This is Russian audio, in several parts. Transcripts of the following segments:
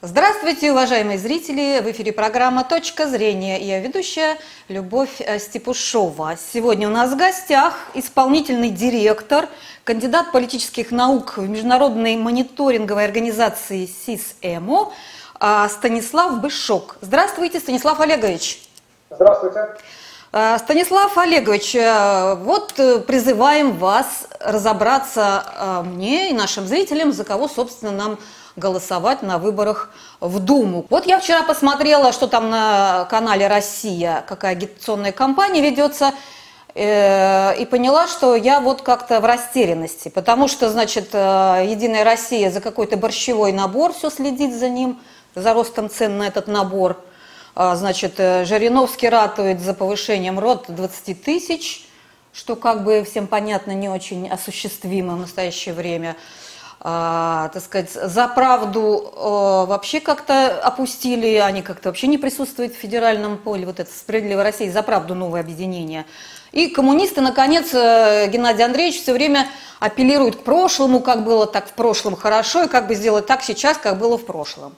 Здравствуйте, уважаемые зрители! В эфире программа «Точка зрения». Я ведущая Любовь Степушова. Сегодня у нас в гостях исполнительный директор, кандидат политических наук в международной мониторинговой организации СИС-ЭМО Станислав Бышок. Здравствуйте, Станислав Олегович! Здравствуйте! Станислав Олегович, вот призываем вас разобраться мне и нашим зрителям, за кого, собственно, нам голосовать на выборах в Думу. Вот я вчера посмотрела, что там на канале «Россия», какая агитационная кампания ведется, и поняла, что я вот как-то в растерянности, потому что, значит, «Единая Россия» за какой-то борщевой набор все следит за ним, за ростом цен на этот набор. Значит, Жириновский ратует за повышением РОТ 20 тысяч, что, как бы всем понятно, не очень осуществимо в настоящее время. Так сказать, за правду вообще как-то опустили, они как-то вообще не присутствуют в федеральном поле, вот это «Справедливая Россия», за правду новое объединение. И коммунисты, наконец, Геннадий Андреевич все время апеллируют к прошлому, как было так в прошлом хорошо, и как бы сделать так сейчас, как было в прошлом.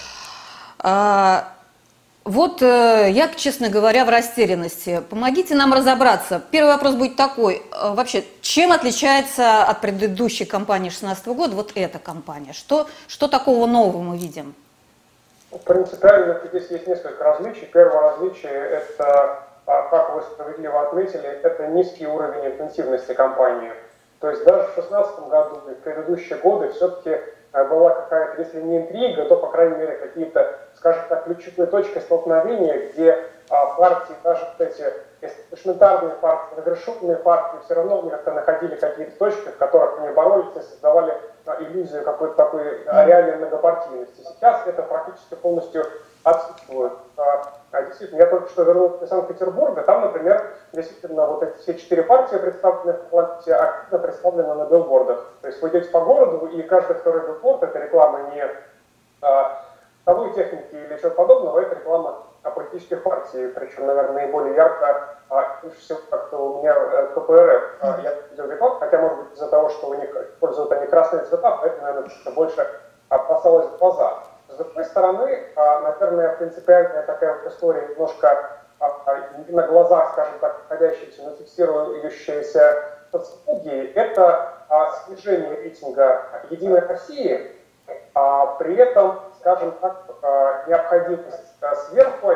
Вот я, честно говоря, в растерянности. Помогите нам разобраться. Первый вопрос будет такой. Вообще, чем отличается от предыдущей кампании 2016 года вот эта кампания? Что такого нового мы видим? Принципиально здесь есть несколько различий. Первое различие – это, как вы справедливо отметили, это низкий уровень интенсивности кампании. То есть даже в 2016 году и в предыдущие годы все-таки была какая-то, если не интрига, то, по крайней мере, какие-то, скажем так, ключевые точки столкновения, где партии, даже вот эти эстаблишментарные партии, разрешенные партии, все равно как-то находили какие-то точки, в которых они боролись и создавали иллюзию какой-то такой реальной многопартийности. Сейчас это практически полностью отсутствует. Действительно, я только что вернулся из Санкт-Петербурга, там, например, действительно вот эти все 4 партии, представленные в парламенте, активно представлены на билбордах. То есть вы идете по городу, и каждый второй билборд — это реклама не бытовой техники или чего подобного, это реклама политических партий, причем, наверное, наиболее ярко, лучше всего как-то у меня КПРФ. Я видел рекламу, хотя, может быть, из-за того, что у них используют они красные цвета, поэтому, наверное, больше бросалось в глаза. С другой стороны, наверное, принципиальная такая вот история, немножко на глазах, скажем так, находящаяся, но фиксирующаяся социологии, это снижение рейтинга «Единой России», при этом, скажем так, необходимость сверху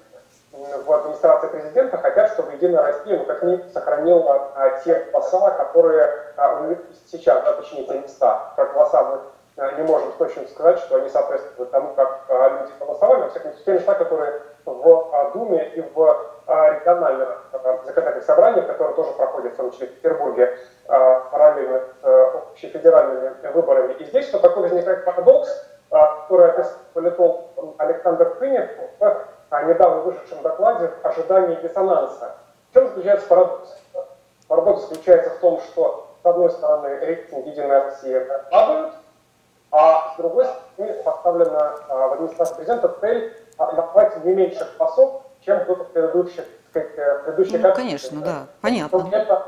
в администрации президента хотят, чтобы «Единая Россия» как минимум сохранила те голоса, которые у них сейчас, да, точнее, те места. Про голоса мы не можем точно сказать, что они соответствуют тому, как люди голосовали, но, всяком случае, те места, которые в Думе и в региональных законодательных собраниях, которые тоже проходят, в том числе в Петербурге, параллельно с общефедеральными выборами. И здесь вот такой возникает парадокс, который описал политолог Александр Тынев в недавно вышедшем докладе «Ожидание диссонанса». В чем заключается парадокс? Парадокс заключается в том, что, с одной стороны, рейтинг «Единая Россия» падают, а с другой стороны поставлена в администрации президента цель набрать не меньше голосов, чем было в предыдущей Ну, конечно, да, понятно.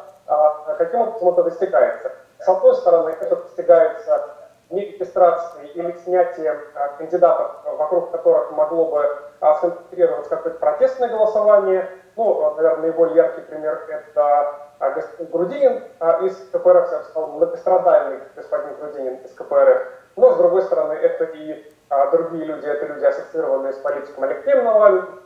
Каким образом это достигается? С одной стороны, это достигается не регистрацией или снятием кандидатов, вокруг которых могло бы сконцентрироваться какое-то протестное голосование. Ну, наверное, наиболее яркий пример – это господин Грудинин из КПРФ, я бы сказал, многострадальный господин Грудинин из КПРФ. Но, с другой стороны, это и другие люди, это люди, ассоциированные с политиком Алексеем Навальным.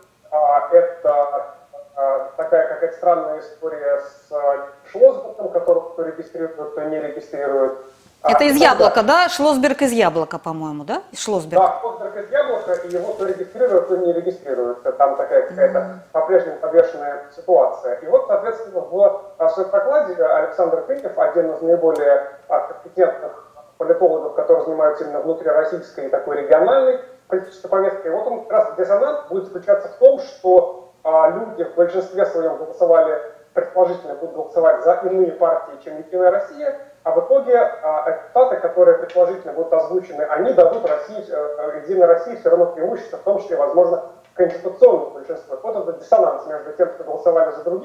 Это такая какая-то странная история с Шлосбергом, которого то регистрируют, то не регистрируют. Это из Яблока, да? Шлосберг из Яблока, по-моему, да? Шлосберг. Да, Шлосберг из Яблока, и его то регистрируют, то не регистрируют. Там такая какая-то по-прежнему подвешенная ситуация. И вот, соответственно, в своем докладе Александр Тынев, один из наиболее компетентных политологов, которые занимаются именно внутрироссийской и такой региональной политической повесткой, вот он как раз диссонанс будет заключаться в том, что люди в большинстве своем голосовали, предположительно будут голосовать за иные партии, чем «Единая Россия», а в итоге результаты, которые предположительно будут озвучены, они дадут «Единой России» все равно преимущество, в том числе, возможно, конституционных большинствах. Вот этот диссонанс между тем, кто голосовали за других,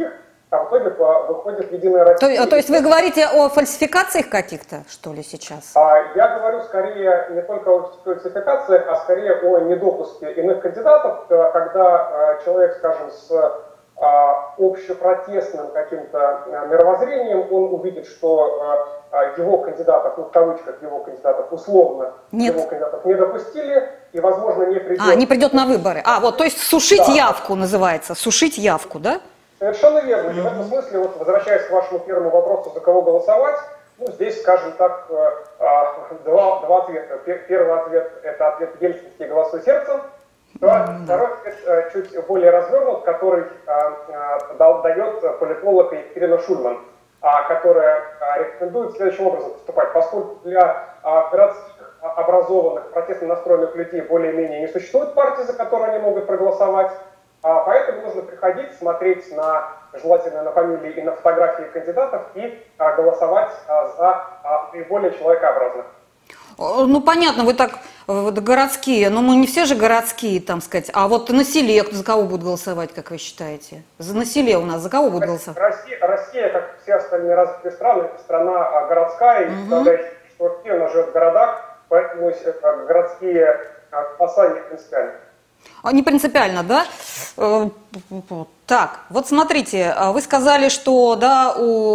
а в итоге выходит «Единая Россия». То есть вы говорите о фальсификациях каких-то, что ли, сейчас? Я говорю скорее не только о фальсификациях, а скорее о недопуске иных кандидатов, когда человек, скажем, с общепротестным каким-то мировоззрением, он увидит, что его кандидатов, ну в кавычках его кандидатов, условно его кандидатов не допустили и, возможно, не придет. Не придет на выборы. Вот, то есть сушить явку называется, сушить явку, да? Совершенно верно. И в этом смысле, вот, возвращаясь к вашему первому вопросу, за кого голосовать, ну, здесь, скажем так, два ответа. Первый ответ – это ответ ельцинский «голосуй сердцем». Второй ответ чуть более развернут, который дает политолог Екатерина Шульман, которая рекомендует следующим образом поступать. Поскольку для городских образованных, протестно настроенных людей более-менее не существует партии, за которую они могут проголосовать, поэтому нужно приходить, смотреть желательно на фамилии и на фотографии кандидатов и голосовать за наиболее человекообразных. Ну, понятно, вы так городские, но мы не все же городские, там сказать. А вот на селе за кого будут голосовать, как вы считаете? На селе у нас за кого будут голосовать? Россия, как все остальные развитые страны, это страна городская, и составляющая Россия, она живет в городах, поэтому городские голоса не принципиально. Не принципиально, да? Так, вот смотрите, вы сказали, что, да,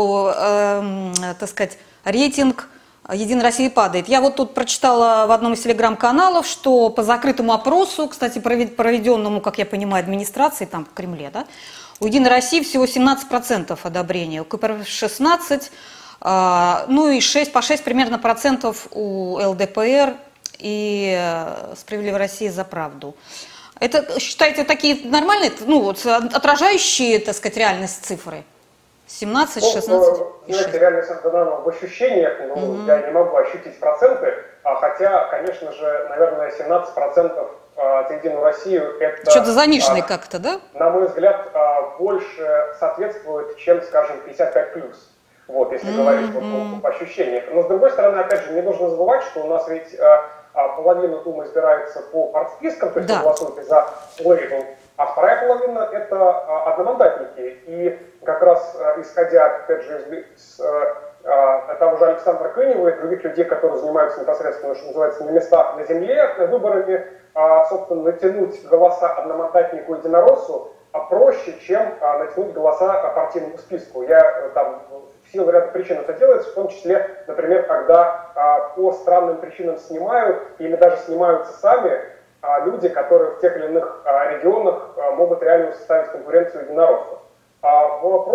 так сказать, рейтинг «Единой России» падает. Я вот тут прочитала в одном из телеграм-каналов, что по закрытому опросу, кстати, проведенному, как я понимаю, администрацией там в Кремле, да, у «Единой России» всего 17% одобрения, у КПРФ 16%, ну и по 6 примерно процентов у ЛДПР и «Справедливой России за правду». Это, считаете, такие нормальные, ну, вот, отражающие, так сказать, реальность цифры? 17, 16 и 6. Знаете, реальность дана в ощущениях, я не могу ощутить проценты, хотя, конечно же, наверное, 17% за «Единую Россию» это... Что-то заниженное как-то, да? На мой взгляд, больше соответствует, чем, скажем, 55+. Вот, если говорить по ощущениям. Но, с другой стороны, опять же, не нужно забывать, что у нас ведь половина Думы избирается по партспискам, то есть вы голосуете за лейбл, а вторая половина – это одномандатники. И как раз исходя, опять же, из того же Александра Кынева и других людей, которые занимаются непосредственно, что называется, на местах на земле, выборами, собственно, натянуть голоса одномандатнику единороссу проще, чем натянуть голоса партийному списку. Я там в силу ряда причин это делается, в том числе, например, когда по странным причинам снимают или даже снимаются сами люди, которые в тех или иных регионах могут реально составить конкуренцию единороссу. В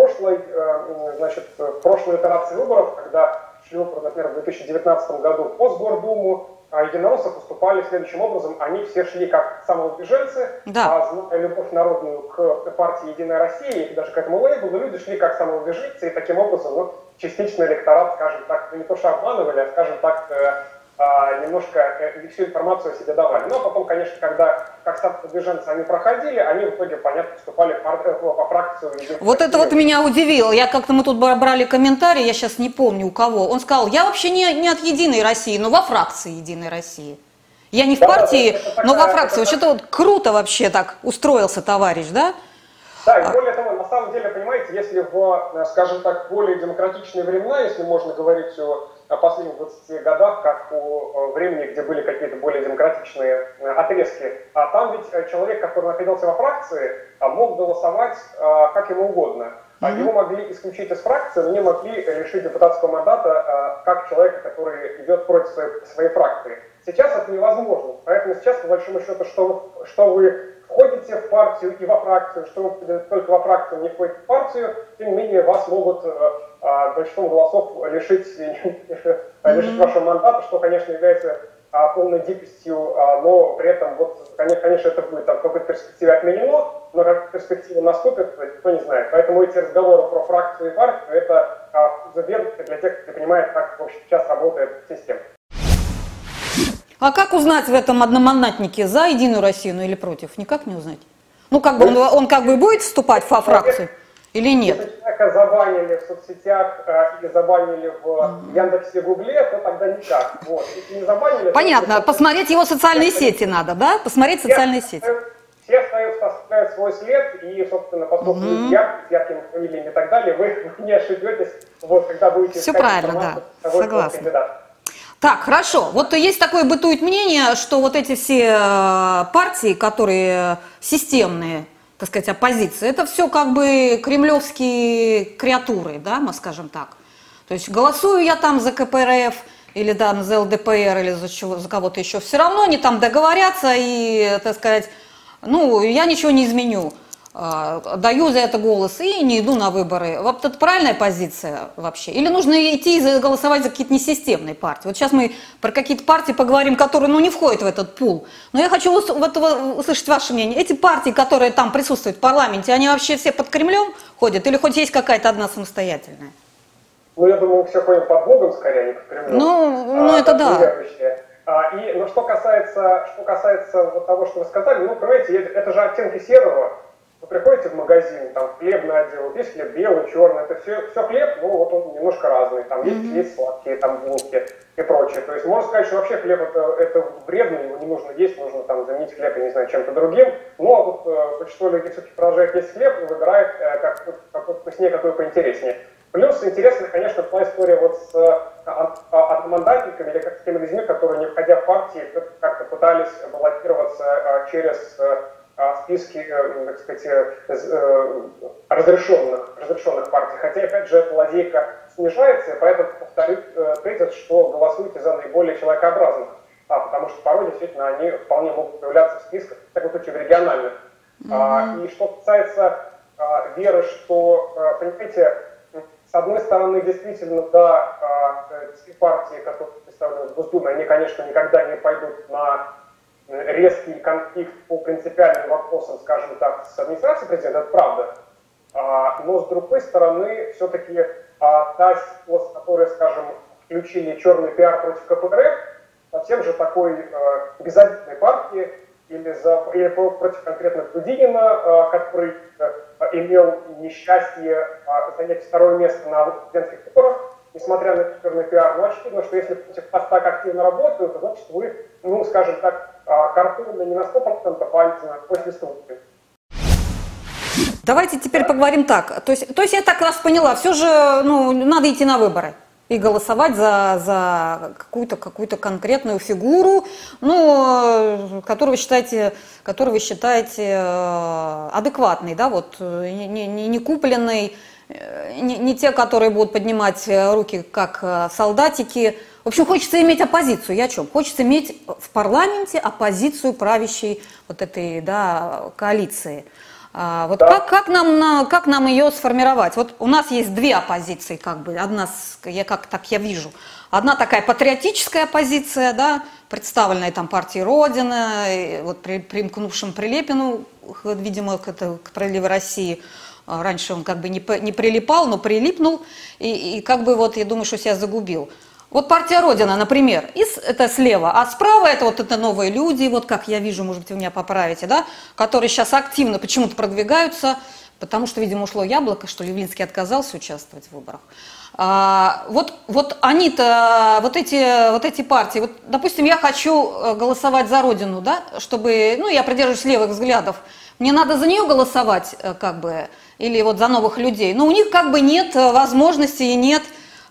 прошлой итерации выборов, когда шли выборы, например, в 2019 году в Мосгордуму, единороссы поступали следующим образом. Они все шли как самовыдвиженцы, зная любовь народную к партии «Единая Россия» и даже к этому лейблу, люди шли как самовыдвиженцы, и таким образом частично электорат, скажем так, не то что обманывали, а, скажем так, немножко всю информацию о себе давали. Но потом, конечно, когда как самовыдвиженцы они проходили, они в итоге, понятно, вступали по фракцию. Вот это вот меня удивило. Мы тут брали комментарий, я сейчас не помню у кого. Он сказал, я вообще не от «Единой России», но во фракции «Единой России». Я не в партии, но во фракции. Вообще-то вот круто вообще так устроился товарищ, да? Да, и более того, на самом деле, понимаете, если в, скажем так, более демократичные времена, если можно говорить о последних 20 годах, как о времени, где были какие-то более демократичные отрезки, там ведь человек, который находился во фракции, мог голосовать как ему угодно. Его могли исключить из фракции, но не могли лишить депутатского мандата как человека, который идет против своей фракции. Сейчас это невозможно, поэтому сейчас, по большому счету, что вы входите в партию и во фракцию, что вы только во фракцию не входите в партию, тем не менее вас могут большинством голосов лишить вашего мандата, что, конечно, является полной дикостью, но при этом, конечно, это будет в какой-то перспективе отменено, но как перспектива наступит, никто не знает. Поэтому эти разговоры про фракцию и партию, это задержка для тех, кто не понимает, как вообще сейчас работает система. А как узнать в этом одномандатнике за «Единую Россию», ну или против? Никак не узнать. Ну, как бы он как бы будет вступать во фракцию или нет? Если человека забанили в соцсетях или забанили в Яндексе, Гугле, то тогда никак. Вот. Если не забанили, понятно, посмотреть его социальные сети надо, да? Посмотреть социальные сети. Все остаются оставляют свой след, и, собственно, поскольку люди с яркими фамилиями и так далее, вы не ошибетесь, вот, когда будете Все искать правильно, информацию да, того согласна. кандидата. Так, хорошо. Вот есть такое бытует мнение, что вот эти все партии, которые системные, так сказать, оппозиции, это все как бы кремлевские креатуры, да, мы скажем так. То есть голосую я там за КПРФ, или там за ЛДПР, или за кого-то еще, все равно они там договорятся и, так сказать, ну, я ничего не изменю. Даю за это голос и не иду на выборы. Вот это правильная позиция вообще? Или нужно идти и голосовать за какие-то несистемные партии? Вот сейчас мы про какие-то партии поговорим, которые, ну, не входят в этот пул. Но я хочу услышать ваше мнение. Эти партии, которые там присутствуют в парламенте, они вообще все под Кремлем ходят? Или хоть есть какая-то одна самостоятельная? Ну, я думаю, мы все ходим под Богом скорее, а не под Кремлем. Ну это да. Но что касается вот того, что вы сказали, ну, понимаете, это же оттенки серого. Вы приходите в магазин, там хлебный отдел, есть хлеб белый, черный, это все хлеб, но вот он немножко разный, там есть сладкие, там булки и прочее. То есть можно сказать, что вообще хлеб это вредно, его не нужно есть, нужно там заменить хлеб, я не знаю, чем-то другим. Но тут большинство людей все-таки продолжает есть хлеб и выбирает какой вкуснее, какой поинтереснее. Плюс интересно, конечно, была история вот с одномандатниками или с теми людьми, которые, не входя в партии, как-то пытались баллотироваться через списки, так сказать, разрешенных партий. Хотя, опять же, эта лазейка снижается, и поэтому повторю тезис, что голосуйте за наиболее человекообразных, потому что порой действительно они вполне могут появляться в списках, в таком случае в региональных. И что касается веры, что, понимаете, с одной стороны, действительно, да, те партии, которые представлены в Госдуме, они, конечно, никогда не пойдут на резкий конфликт по принципиальным вопросам, скажем так, с администрацией президента, это правда. Но, с другой стороны, все-таки та ситуация, которая, скажем, включили черный пиар против КПРФ, совсем же такой безобидной партии, или против конкретно Грудинина, который имел несчастье занять второе место на президентских выборах, несмотря на черный пиар. Но очевидно, что если против вас так активно работают, то значит вы, ну, скажем так, картонно не на 100%, а после структуры. Давайте теперь поговорим так. То есть я так раз поняла, все же, ну, надо идти на выборы и голосовать за какую-то конкретную фигуру, ну, которую вы считаете адекватной, да, вот, не купленной, не те, которые будут поднимать руки как солдатики. В общем, хочется иметь оппозицию. Я о чем? Хочется иметь в парламенте оппозицию правящей вот этой, да, коалиции. Вот да. как нам ее сформировать? Вот у нас есть две оппозиции, как бы, одна, я вижу, одна такая патриотическая оппозиция, да, представленная там партией Родина, вот примкнувшим Прилепину, видимо, к «Правдивой России». Раньше он как бы не прилипал, но прилипнул, и как бы вот я думаю, что себя загубил. Вот партия Родина, например, это слева, а справа это новые люди, вот как я вижу, может быть, вы меня поправите, да, которые сейчас активно почему-то продвигаются, потому что, видимо, ушло яблоко, что Явлинский отказался участвовать в выборах. Вот они-то, вот эти партии, вот, допустим, я хочу голосовать за Родину, да, чтобы, ну, я придерживаюсь левых взглядов, мне надо за нее голосовать, как бы, или вот за новых людей, но у них как бы нет возможности и нет,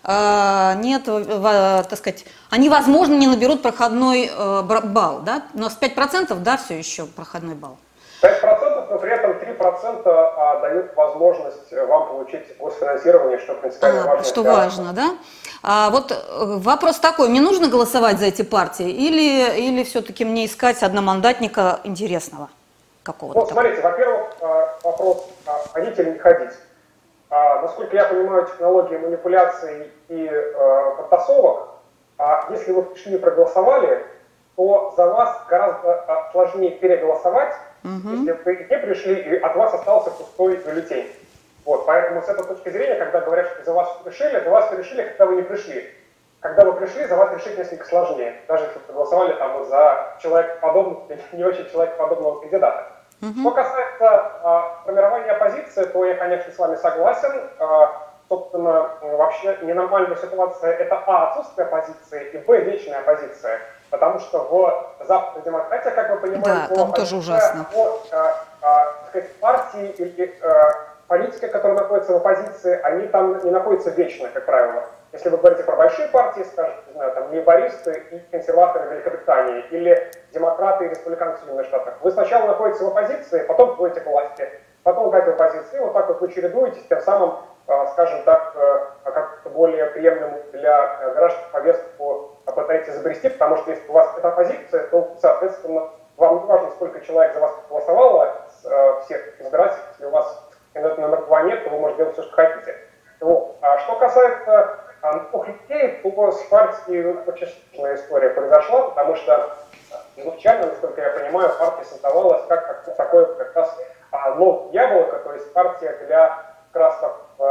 так сказать, они, возможно, не наберут проходной балл, да? У нас 5%, да, все еще проходной балл. 5%, но при этом 3% дают возможность вам получить госфинансирование, что принципиально важно. Что важно, да? Вот вопрос такой, мне нужно голосовать за эти партии или все-таки мне искать одномандатника интересного какого-то? Ну, смотрите, во-первых, вопрос, ходить или не ходить. Насколько я понимаю технологии манипуляций и подтасовок, если вы пришли и проголосовали, то за вас гораздо сложнее переголосовать, если вы не пришли и от вас остался пустой бюллетень. Вот, поэтому с этой точки зрения, когда говорят, что за вас решили, когда вы не пришли. Когда вы пришли, за вас решить несколько сложнее, даже если проголосовали там вот за человекоподобного или не очень человекоподобного кандидата. Что касается формирования оппозиции, то я, конечно, с вами согласен. Собственно, вообще ненормальная ситуация – это отсутствие оппозиции, и вечная оппозиция. Потому что в западной демократии, как вы понимаете, да, там тоже ужасно. сказать, партии или политики, которые находятся в оппозиции, они там не находятся вечно, как правило. Если вы говорите про большие партии, скажем, не знаю, там, лейбористы и консерваторы в Великобритании, или демократы и республиканцы в Соединенных Штатах, вы сначала находитесь в оппозиции, потом входите к власти, потом опять в оппозиции, вот так вот вы чередуетесь, тем самым, скажем так, как-то более приемлемую для граждан повестку пытаетесь изобрести, потому что если у вас это оппозиция, то, соответственно, вам не важно, сколько человек за вас голосовало, всех избирателей, если у вас номер 2 нет, то вы можете делать все, что хотите. Вот. А что касается новых людей, то с партией очень сложная история произошла, потому что изначально, насколько я понимаю, партия создавалась как такое как раз новое яблоко, то есть партия для как раз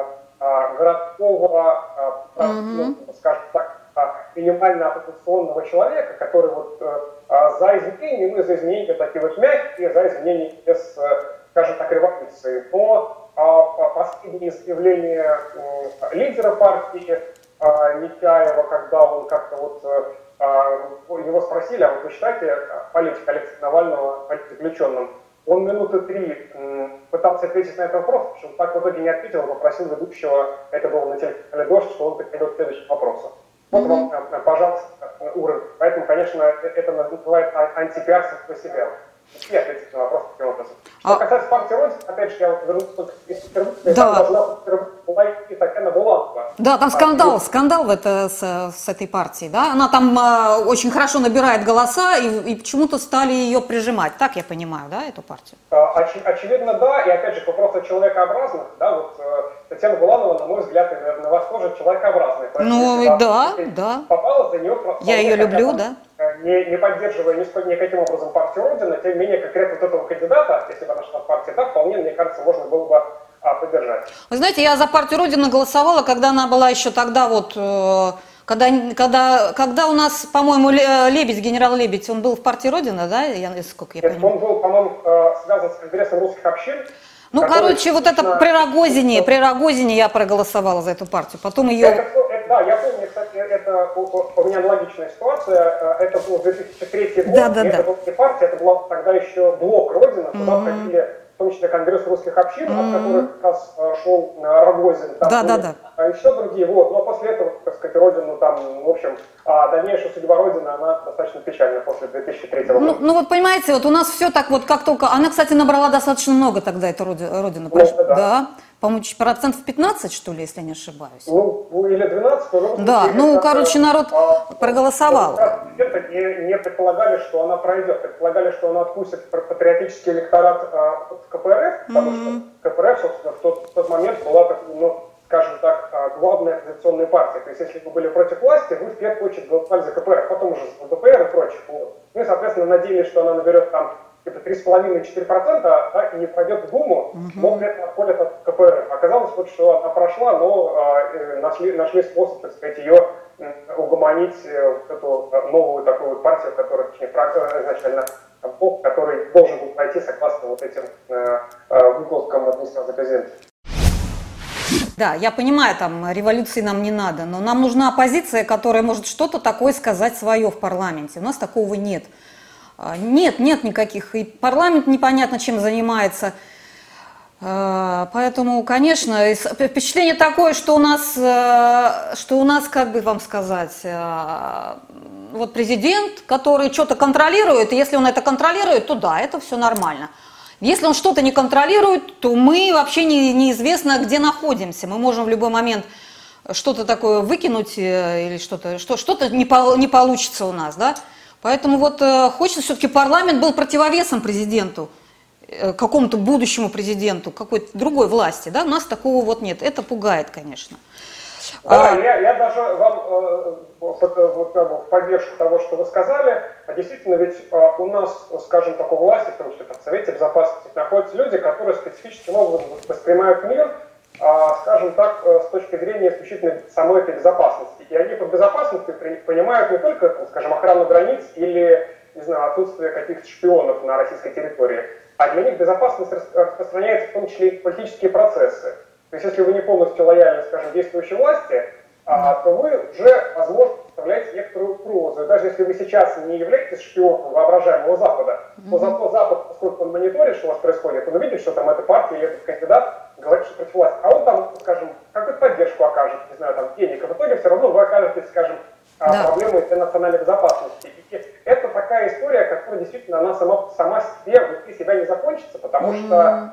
городского, скажем так, минимально оппозиционного человека, который вот за изменения, мы за изменения такие вот мягкие, за изменения без, скажем так, революции. Но последние заявления лидера партии Нечаева, когда он как-то вот его спросили, а вот вы считаете политика Алексея Навального политзаключенным? Он минуты 3 пытался ответить на этот вопрос, потому что так в итоге не ответил, он попросил ведущего, это было на телеканале «Дождь», что он перейдет к следующему вопросу. Вот вам, пожалуйста, уровень. Поэтому, конечно, это называют антипиар по себе. Я ответить на вопрос таким образом. Что касается партии Родина, опять же, я вот вернусь из Петербурга, и там была и Татьяна Буланова. Да, там скандал с этой партией, да? Она там очень хорошо набирает голоса, и почему-то стали ее прижимать, так я понимаю, да, эту партию? Очевидно, да, и опять же, к вопросу о человекообразных, да, вот Татьяна Буланова, на мой взгляд, и на вас тоже человекообразная. Ну, да. Попала за нее... Я ее люблю, да. Не поддерживая никаким образом партию Родина, тем не менее, конкретно вот этого кандидата, если бы она шла в партию, да, вполне, мне кажется, можно было бы поддержать. Вы знаете, я за партию Родина голосовала, когда она была еще тогда вот, когда у нас, по-моему, Лебедь, генерал Лебедь, он был в партии Родина, да, сколько я понимаю? Он был, по-моему, связан с Конгрессом русских общин. Ну, короче, вот это при Рогозине я проголосовала за эту партию, потом ее... Да, я помню, кстати, это у меня аналогичная ситуация, это был 2003 год, это была не партия, это была тогда еще блок Родина, туда входили в том числе Конгресс русских общин, от которых как раз шел Рогозин, там еще другие, вот, но после этого, так сказать, Родину там, в общем, дальнейшая судьба Родины, она достаточно печальная после 2003 года. Ну вот понимаете, вот у нас все так вот как только, она, кстати, набрала достаточно много тогда, эта Родина, да. По-моему, 15%, что ли, если не ошибаюсь. Ну, или 12, да, ну, короче, народ проголосовал. Не предполагали, что она пройдет. Предполагали, что она отпустит патриотический электорат КПРФ, потому что КПРФ, собственно, в тот момент была, ну, скажем так, главная оппозиционная партия. То есть, если вы были против власти, вы в первую очередь голосовали за КПРФ, потом уже за ЛДПР и прочих. Ну и, соответственно, надеялись, что она наберет там 3,5-4%, да, и не пройдет в Думу, но при этом отходят от КПРФ. Оказалось, вот, что она прошла, но нашли способ, так сказать, ее угомонить в эту новую такую партию, которая, точнее, изначально блок, который должен был пройти согласно вот этим выкладкам администрации президента. Да, я понимаю, там, революции нам не надо, но нам нужна оппозиция, которая может что-то такое сказать свое в парламенте. У нас такого нет. Нет никаких. И парламент непонятно чем занимается. Поэтому, конечно, впечатление такое, что у нас, как бы вам сказать, вот президент, который что-то контролирует, и если он это контролирует, то да, это все нормально. Если он что-то не контролирует, то мы вообще неизвестно, где находимся. Мы можем в любой момент что-то такое выкинуть или что-то не получится у нас, да? Поэтому вот хочется, все-таки парламент был противовесом президенту, какому-то будущему президенту, какой-то другой власти, да? У нас такого вот нет. Это пугает, конечно. Да, я даже вам в поддержку того, что вы сказали, действительно, ведь у нас, скажем, такой власти, в том числе в Совете Безопасности, находятся люди, которые специфическим образом воспринимают мир, скажем так, с точки зрения исключительно самой этой безопасности. И они под безопасностью понимают не только, скажем, охрану границ или, не знаю, отсутствие каких-то шпионов на российской территории, а для них безопасность распространяется в том числе и политические процессы. То есть, если вы не полностью лояльны, скажем, действующей власти, то вы уже, возможно, представляете некоторую угрозу. И даже если вы сейчас не являетесь шпионом воображаемого Запада, то зато Запад, поскольку он мониторит, что у вас происходит, он увидит, что там эта партия или этот кандидат говорит, что против власти. А он там, скажем, какую-то поддержку окажет, не знаю, там, денег. А в итоге все равно вы окажетесь, скажем, проблемой для национальной безопасности. И это такая история, которая действительно она сама себе, внутри себя не закончится, потому что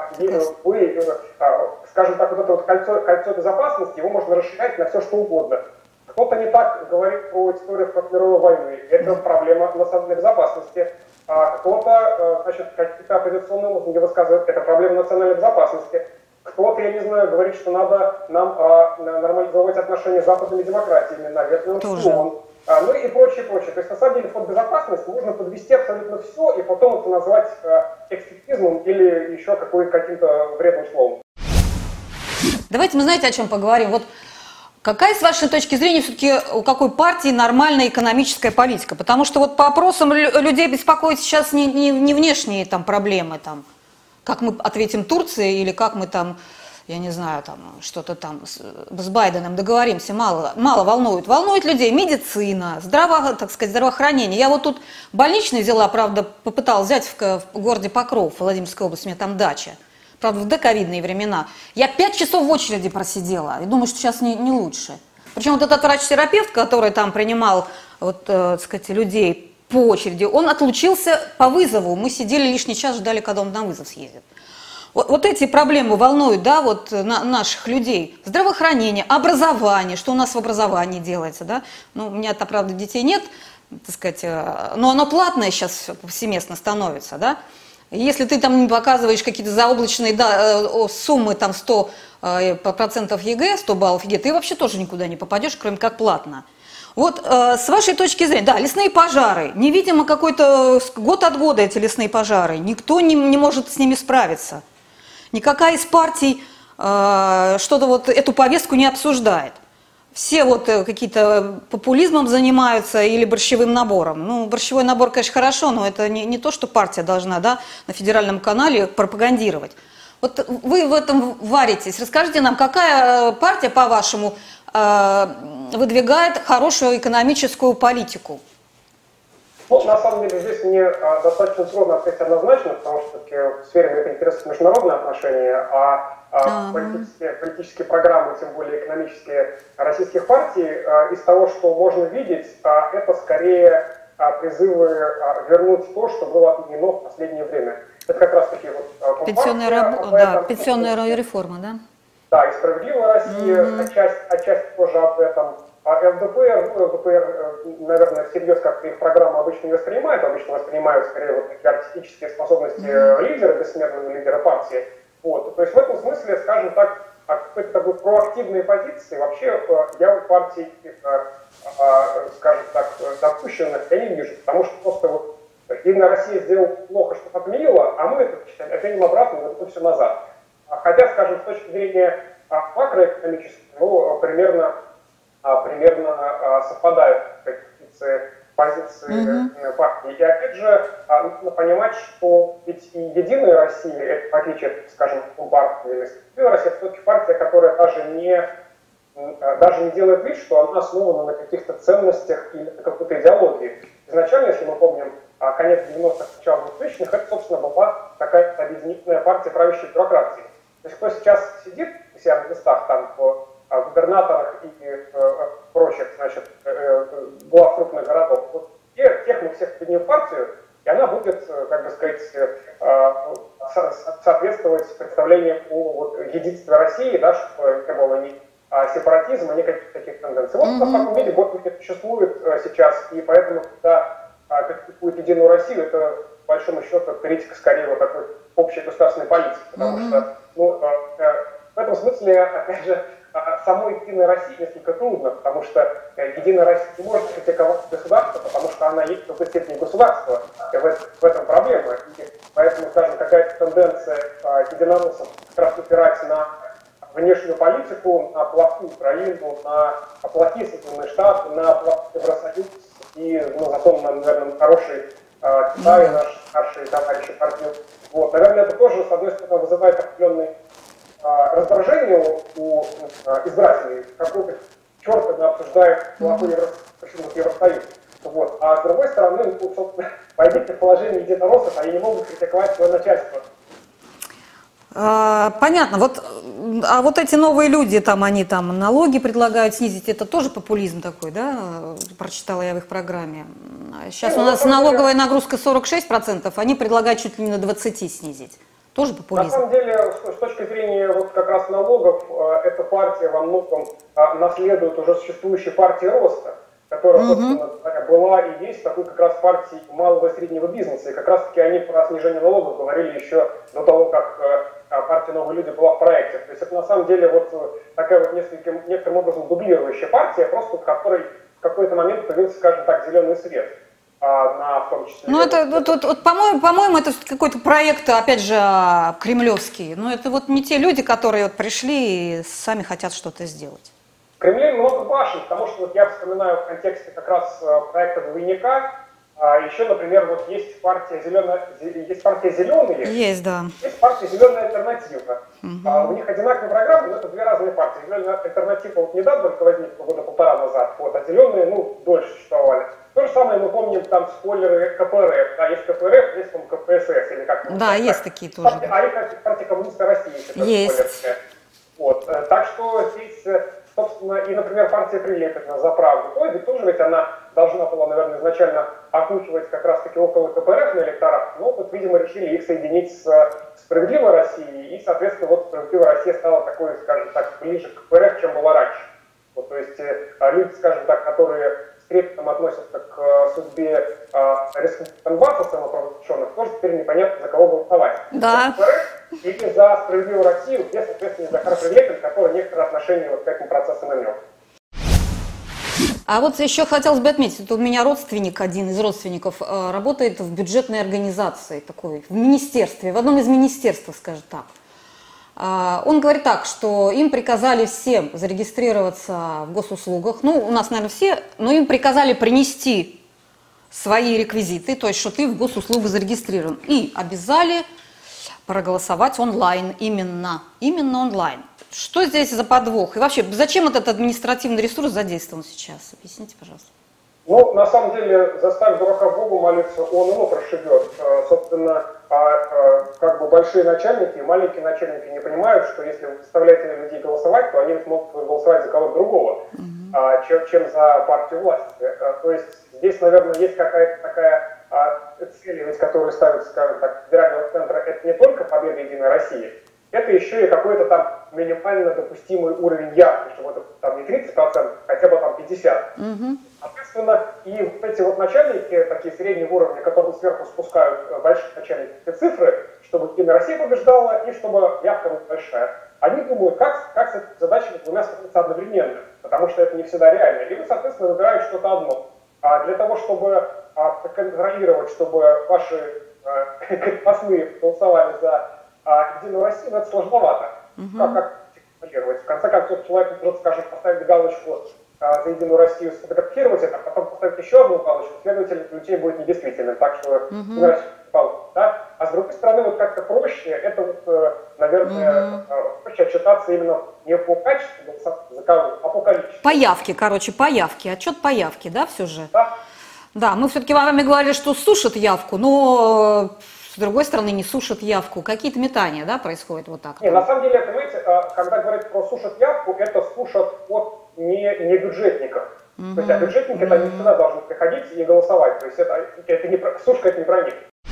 вы, скажем так, вот это вот кольцо безопасности, его можно расширять на все, что угодно. Кто-то не так говорит про историю Второй мировой войны, это проблема национальной безопасности. Кто-то, значит, какие-то оппозиционные лозунги высказывает, это проблема национальной безопасности. Кто-то, я не знаю, говорит, что надо нам нормализовать отношения с западными демократиями, наверное, ООН, ну и прочее, прочее. То есть, на самом деле, под безопасность можно подвести абсолютно все, и потом это назвать экстремизмом или еще каким-то вредным словом. Давайте мы, знаете, о чем поговорим? Вот какая, с вашей точки зрения, все-таки у какой партии нормальная экономическая политика? Потому что вот по опросам людей беспокоит сейчас не внешние там проблемы, там, как мы ответим Турции или как мы там, я не знаю, там что-то там с Байденом договоримся, мало волнует. Волнует людей медицина, здравоохранение. Я вот тут больничный взяла, правда, попыталась взять в городе Покров, в Владимирской области, у меня там дача. Правда, в доковидные времена. Я 5 часов в очереди просидела. И думаю, что сейчас не лучше. Причем вот этот врач-терапевт, который там принимал вот, так сказать, людей по очереди, он отлучился по вызову. Мы сидели лишний час, ждали, когда он на вызов съездит. Вот эти проблемы волнуют, да, вот наших людей. Здравоохранение, образование, что у нас в образовании делается, да. Ну, у меня-то, правда, детей нет, так сказать, но оно платное сейчас повсеместно становится, да. Если ты там не показываешь какие-то заоблачные суммы, там 100% ЕГЭ, 100 баллов ЕГЭ, ты вообще тоже никуда не попадешь, кроме как платно. Вот с вашей точки зрения, да, лесные пожары, невидимо какой-то год от года эти лесные пожары, никто не может с ними справиться. Никакая из партий что-то вот эту повестку не обсуждает. Все вот какие-то популизмом занимаются или борщевым набором. Ну, борщевой набор, конечно, хорошо, но это не то, что партия должна, да, на федеральном канале пропагандировать. Вот вы в этом варитесь. Расскажите нам, какая партия, по-вашему, выдвигает хорошую экономическую политику? Ну, на самом деле, здесь мне достаточно трудно ответить однозначно, потому что в сфере моих интересов международные отношения, политические программы, тем более экономические российских партий, из того, что можно видеть, это скорее призывы вернуть то, что было отменено в последнее время. Это как раз таки вот пенсионная реформа, да? Да, и «Справедливая Россия», отчасти тоже об этом. А ЛДПР, наверное, всерьез как-то их программа обычно не воспринимает, обычно воспринимают скорее вот такие артистические способности лидера, бессмертного лидера партии. Вот. То есть в этом смысле, скажем так, какой-то такой проактивной позиции вообще я у партии, скажем так, допущенных я не вижу, потому что просто вот Единая Россия сделала плохо, что отменила, а мы это отменим обратно и вернем все назад. Хотя, скажем, с точки зрения макроэкономической, ну, примерно совпадают позиции партии. И опять же, нужно понимать, что ведь и Единая Россия, это, в отличие от, скажем, Компартии или Справедливая Россия, это все-таки партия, которая даже не делает вид, что она основана на каких-то ценностях или на какой-то идеологии. Изначально, если мы помним, конец 90-х, начало 2000-х, это, собственно, была такая объединительная партия правящей бюрократии. То есть кто сейчас сидит у себя на местах, там, в губернаторах и прочих, значит, глав крупных городов, вот тех мы всех поднимем в партию, и она будет, как бы сказать, соответствовать представлениям о вот, единстве России, да, чтобы не было ни сепаратизма, ни каких-то таких тенденций. Вот в таком виде Готвик существует сейчас, и поэтому, когда критикует Единую Россию, это, по большому счету, критика скорее вот такой общей государственной политики, потому что, ну, в этом смысле, опять же, самой Единой России несколько трудно, потому что Единая Россия не может критиковать государство, потому что она есть в какой степени государство, и в этом проблема. И поэтому, скажем, какая-то тенденция единороссов как раз упирать на внешнюю политику, на плохую Украину, на плохие Соединенные Штаты, на плохой Евросоюз и, ну, зато, наверное, хороший Китай, наш старший товарищ и партнер. Вот. Наверное, это тоже, с одной стороны, вызывает определенный раздражение у избирателей. черта мы обсуждаем почему Евросоюз. Вот. А с другой стороны, ну, собственно, пойдите в положение единороссов, они не могут критиковать свое начальство. Понятно. Вот, а вот эти новые люди, там, они там налоги предлагают снизить, это тоже популизм такой, да? Прочитала я в их программе. Сейчас у нас налоговая нагрузка 46%, они предлагают чуть ли не на 20% снизить. Тоже популизм. На самом деле, с точки зрения вот как раз налогов, эта партия во многом наследует уже существующей партии роста, которая, собственно, была и есть такой как раз партией малого и среднего бизнеса. И как раз-таки они про снижение налогов говорили еще до того, как партия «Новые люди» была в проекте. То есть это на самом деле вот такая вот некоторым образом дублирующая партия, просто в которой в какой-то момент появился, скажем так, зеленый свет. В том числе. Ну, это, вот, по-моему, это какой-то проект, опять же, кремлевский. Но это вот не те люди, которые вот пришли и сами хотят что-то сделать. В Кремле много башен, потому что вот я вспоминаю в контексте как раз проекта «Двойника». Еще, например, вот есть партия «Зеленые», есть, да. Есть партия «Зеленая альтернатива». У них одинаковые программы, но это две разные партии. «Зеленая альтернатива» вот недавно только возникла, года полтора назад, вот, а «Зеленые», ну, дольше существовали. То же самое мы помним там спойлеры КПРФ. Да, есть КПРФ, есть, по-моему, КПСС или как. Да, есть такие тоже. А их партия коммунистов России. Есть. Вот. Так что здесь, собственно, и, например, партия Прилепина «За правду». Ой, ведь тоже ведь она должна была, наверное, изначально окучивать как раз-таки около КПРФ на электорат, но вот, видимо, решили их соединить с «Справедливой Россией», и, соответственно, вот «Справедливая Россия» стала такой, скажем так, ближе к КПРФ, чем была раньше. Вот, то есть люди, скажем так, которые с трепетом относятся к судьбе республики Донбасса самопровозглашенных, тоже теперь непонятно, за кого голосовать. Да. За КПРФ или за «Справедливую Россию», где, соответственно, Захар Прилепин, который некоторое отношение вот к этим процессам имел. А вот еще хотелось бы отметить, это у меня родственник, один из родственников, работает в бюджетной организации, такой, в министерстве, в одном из министерств, скажем так. Он говорит так, что им приказали всем зарегистрироваться в госуслугах, ну, у нас, наверное, все, но им приказали принести свои реквизиты, то есть, что ты в госуслугу зарегистрирован, и обязали проголосовать онлайн, именно онлайн. Что здесь за подвох? И вообще, зачем этот административный ресурс задействован сейчас? Объясните, пожалуйста. Ну, на самом деле, заставь дурака Богу молиться, он ему прошибет. Собственно, как бы большие начальники и маленькие начальники не понимают, что если вы заставляете людей голосовать, то они смогут голосовать за кого-то другого, чем за партию власти. То есть здесь, наверное, есть какая-то такая цель, ведь, которую ставит, скажем так, федерального центра, это не только победа Единой России, это еще и какой-то там минимально допустимый уровень явки, чтобы это там не 30%, хотя бы там 50%. Соответственно, и вот эти вот начальники, такие среднего уровня, которым сверху спускают большие начальники цифры, чтобы Единая Россия побеждала и чтобы явка была большая, они думают, как с этой задачей двумя справиться одновременно, потому что это не всегда реально. И вы, соответственно, выбираете что-то одно. А для того, чтобы контролировать, чтобы ваши крепостные голосовали за Единую Россию, это сложновато. Как контролировать? В конце концов, человек может, скажем, поставить галочку за Единую Россию, сфотографировать это, а потом поставить еще одну галочку, следовательно, бюллетень будет недействительным. Так что, да? А с другой стороны, вот как-то проще, это вот, наверное, проще отчитаться именно не по качеству голосования, а по количеству. По явке, короче, по явке. Отчет по явке, да, все же? Да. Да, мы все-таки вами говорили, что сушат явку, но с другой стороны не сушат явку. Какие-то метания, да, происходят вот так? Не, на самом деле, понимаете, когда говорят про сушат явку, это сушат от не бюджетников. То есть, а бюджетники это не всегда должны приходить и голосовать. То есть это не про, сушка это не про них.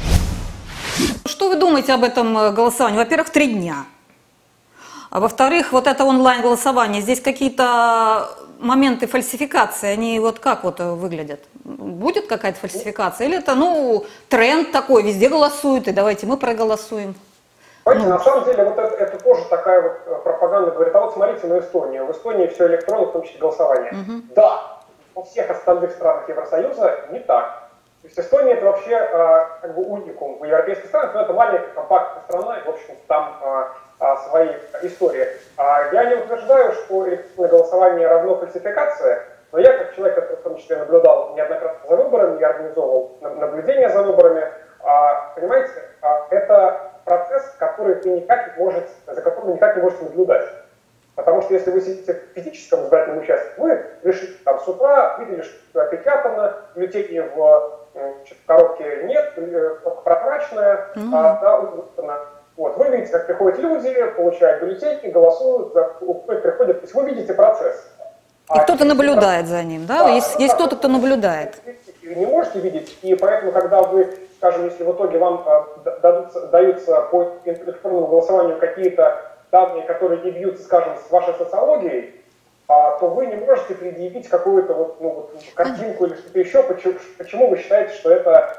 Что вы думаете об этом голосовании? Во-первых, 3 дня. А во-вторых, вот это онлайн-голосование, здесь какие-то моменты фальсификации, они вот как вот выглядят? Будет какая-то фальсификация? Или это, ну, тренд такой, везде голосуют, и давайте мы проголосуем? Понимаете, на самом деле, вот это тоже такая вот пропаганда говорит, а вот смотрите на Эстонию. В Эстонии все электронно, в том числе голосование. Да, во всех остальных странах Евросоюза не так. То есть Эстония это вообще как бы уникум в европейских странах, но это маленькая компактная страна, и, в общем, там свои истории. Я не утверждаю, что электронное голосование равно фальсификации, но я, как человек, который в том числе наблюдал неоднократно за выборами, я организовывал наблюдение за выборами, понимаете, это процесс, который за которым вы никак не можете наблюдать. Потому что если вы сидите в физическом избирательном участке, вы решите там с утра, видели, что опечатано, бюллетеней в коробке нет, прозрачная, вот, вы видите, как приходят люди, получают бюллетени, голосуют, приходят, то есть вы видите процесс. И кто-то наблюдает за ним, да? Есть кто-то, кто наблюдает. Вы не можете видеть, и поэтому, когда вы, скажем, если в итоге вам даются по электронному голосованию какие-то данные, которые не бьются, скажем, с вашей социологией, то вы не можете предъявить какую-то картинку или что-то еще, почему вы считаете, что это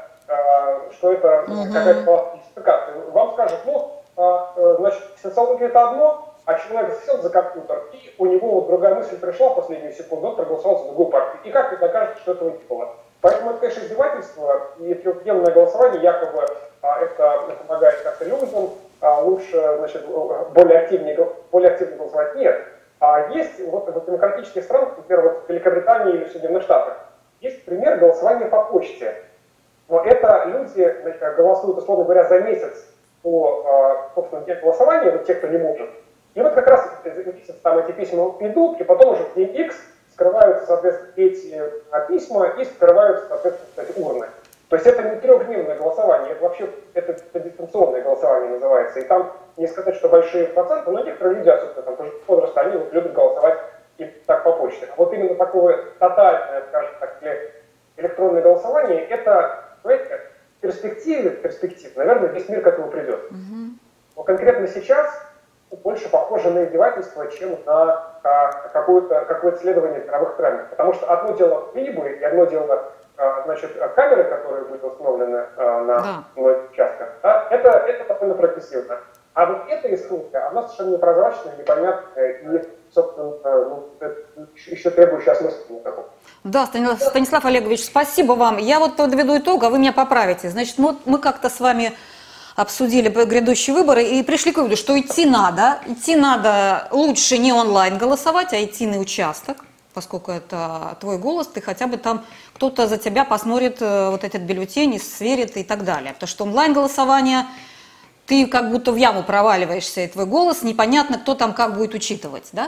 какая-то фальсификация. Вам скажут, значит, социология это одно, а человек сел за компьютер, и у него другая мысль пришла в последнюю секунду, он проголосовал за другую партию. И как вы докажете, что этого не было? Поэтому это, конечно, издевательство, и трехдневное голосование, якобы это помогает как-то людям, лучше, значит, более активно голосовать. Нет. Есть в демократических странах, например, в Великобритании или в Соединенных Штатах, есть пример голосования по почте. Но это люди, значит, голосуют, условно говоря, за месяц по, собственно, дне голосования, вот те, кто не может. И вот как раз там эти письма идут, и потом уже в день X скрываются, соответственно, эти письма и скрываются, соответственно, кстати, урны. То есть это не трехдневное голосование, это вообще это дистанционное голосование называется. И там не сказать, что большие проценты, но некоторые люди, особенно там тоже возраста, они вот любят голосовать и так по почте. А вот именно такое тотальное, скажем так, электронное голосование, это, знаете, перспектив, наверное, весь мир к этому придет. Но конкретно сейчас больше похоже на издевательство, чем на какое-то следование мировых трендов. Потому что одно дело клипы и одно дело, значит, камеры, которые будут установлены на многих участках, да, это довольно прогрессивно. А вот эта история, она совершенно непрозрачная, непонятная и, собственно, еще требующая осмысления такого. Да, Станислав Олегович, спасибо вам. Я вот подведу итог, а вы меня поправите. Значит, мы как-то с вами обсудили грядущие выборы и пришли к выводу, что идти надо лучше не онлайн голосовать, а идти на участок, поскольку это твой голос, ты хотя бы там, кто-то за тебя посмотрит вот этот бюллетень, сверит и так далее. Потому что онлайн-голосование, ты как будто в яму проваливаешься, и твой голос, непонятно, кто там как будет учитывать, да?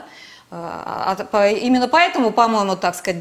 Именно поэтому, по-моему, так сказать,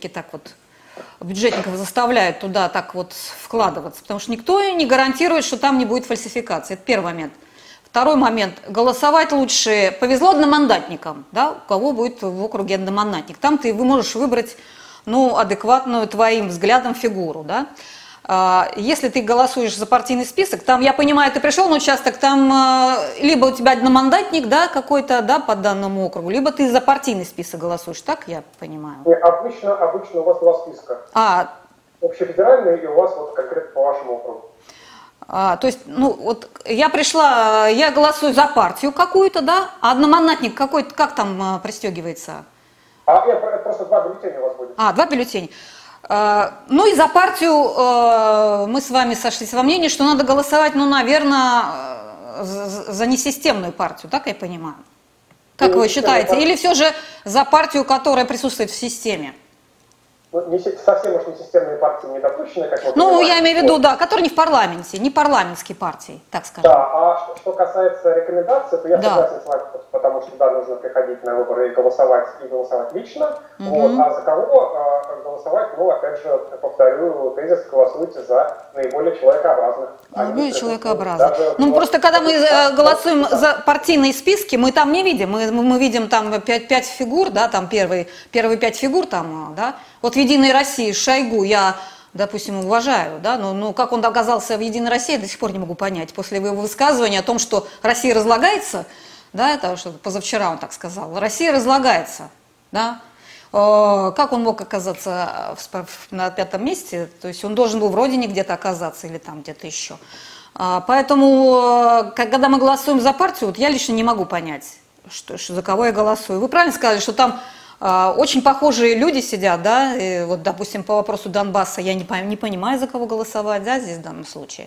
бюджетников заставляют туда так вот вкладываться, потому что никто не гарантирует, что там не будет фальсификации. Это первый момент. Второй момент. Голосовать лучше повезло одномандатникам, да, у кого будет в округе одномандатник. Там вы можешь выбрать, адекватную твоим взглядам фигуру, да. Если ты голосуешь за партийный список, там, я понимаю, ты пришел на участок, там либо у тебя одномандатник, да, какой-то, да, по данному округу, либо ты за партийный список голосуешь, так я понимаю? Нет, обычно у вас два списка. Общефедеральный и у вас вот конкретно по вашему округу. То есть, я пришла, я голосую за партию какую-то, да, а одномандатник какой-то, как там пристегивается? Просто два бюллетеня у вас будет. Два бюллетеня. И за партию мы с вами сошлись во мнении, что надо голосовать, наверное, за несистемную партию, так я понимаю? Как вы считаете? Или все же за партию, которая присутствует в системе? Совсем уж не системные партии не допущены, как вы понимаете. Я имею в виду, да, которые не в парламенте, не парламентские партии, так скажем. Да, а что касается рекомендаций, то я согласен с вами, потому что, да, нужно приходить на выборы и голосовать лично. А за кого голосовать, опять же, повторю тезис, голосуйте за наиболее человекообразных. Наиболее человекообразных. Просто когда мы голосуем за партийные списки, мы там не видим, мы видим там 5 фигур, да, там первые 5 фигур там, да. Вот в «Единой России» Шойгу я, допустим, уважаю, да, но как он оказался в «Единой России», я до сих пор не могу понять. После его высказывания о том, что Россия разлагается, да, это что позавчера он так сказал, Россия разлагается, да, как он мог оказаться на 5-м месте, то есть он должен был в родине где-то оказаться или там где-то еще. Поэтому, когда мы голосуем за партию, вот я лично не могу понять, за кого я голосую. Вы правильно сказали, что там очень похожие люди сидят, да, и вот, допустим, по вопросу Донбасса я не понимаю, за кого голосовать, да, здесь в данном случае.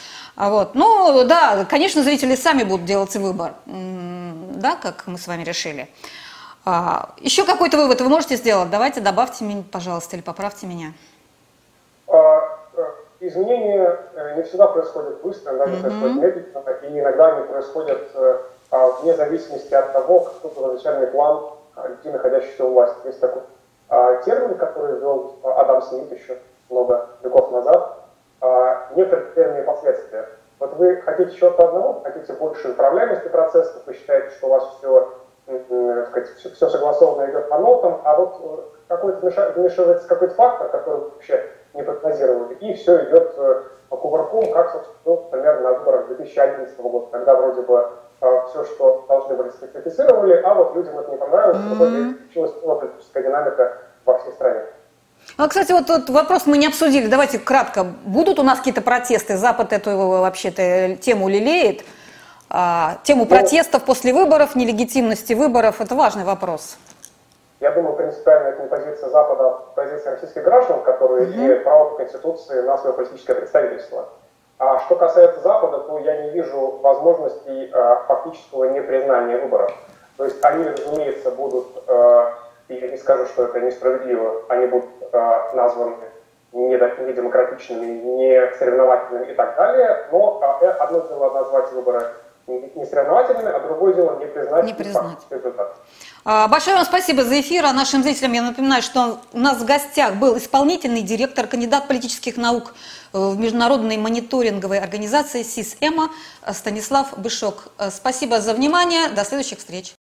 Да, конечно, зрители сами будут делать выбор, да, как мы с вами решили. Еще какой-то вывод вы можете сделать? Давайте добавьте меня, пожалуйста, или поправьте меня. Из изменения не всегда происходят быстро, иногда они происходят медленно, и иногда они происходят вне зависимости от того, какой первоначальный план людей, находящихся у власти. Есть такой термин, который ввел Адам Смит еще много веков назад, некоторые последствия. Вот вы хотите чего-то одного, хотите больше управляемости процессов, вы считаете, что у вас все согласованно идет по нотам, а вот вмешивается какой-то фактор, который вы вообще не прогнозировали, и все идет по кувырком, как, собственно, например, на выборах 2011 года, когда вроде бы все, что должны были, сконкретизировали, а вот людям это не понравилось, и в итоге случилась политическая динамика во всей стране. А, кстати, вот этот вопрос мы не обсудили. Давайте кратко. Будут у нас какие-то протесты? Запад эту вообще-то тему лелеет. Тему протестов после выборов, нелегитимности выборов. Это важный вопрос. Я думаю, принципиально это не позиция Запада, а позиция российских граждан, которые имеют право по Конституции на свое политическое представительство. А что касается Запада, то я не вижу возможностей фактического непризнания выборов. То есть они, разумеется, будут, и я не скажу, что это несправедливо, они будут названы недемократичными, не соревновательными и так далее, но одно дело назвать выборы не соревновательными, а другое дело не признать результат. Большое вам спасибо за эфир. А нашим зрителям я напоминаю, что у нас в гостях был исполнительный директор, кандидат политических наук в международной мониторинговой организации СИС-ЭМА Станислав Бышок. Спасибо за внимание. До следующих встреч.